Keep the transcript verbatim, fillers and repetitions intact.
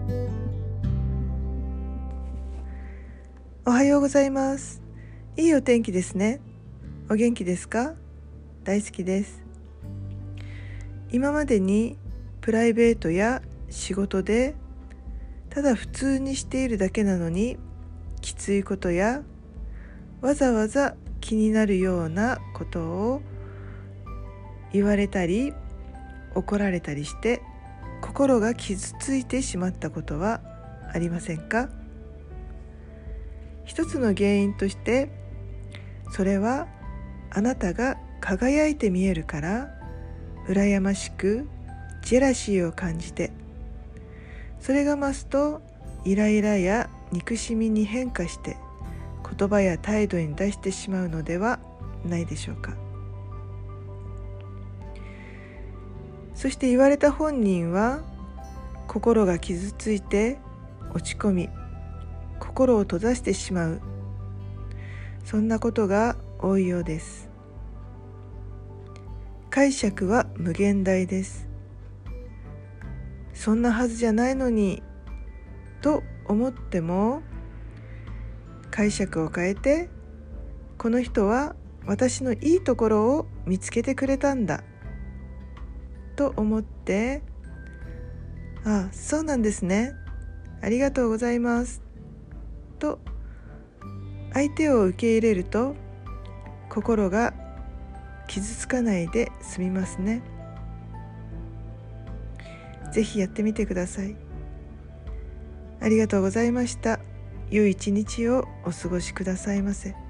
おはようございます。いいお天気ですね。お元気ですか？大好きです。今までにプライベートや仕事でただ普通にしているだけなのにきついことやわざわざ気になるようなことを言われたり怒られたりして心が傷ついてしまったことはありませんか？一つの原因として、それはあなたが輝いて見えるから羨ましくジェラシーを感じて、それが増すとイライラや憎しみに変化して言葉や態度に出してしまうのではないでしょうか。そして言われた本人は心が傷ついて落ち込み、心を閉ざしてしまう、そんなことが多いようです。解釈は無限大です。そんなはずじゃないのにと思っても、解釈を変えて、この人は私のいいところを見つけてくれたんだと思って、ああ、そうなんですね、ありがとうございますと相手を受け入れると、心が傷つかないで済みますね。ぜひやってみてください。ありがとうございました。良い一日をお過ごしくださいませ。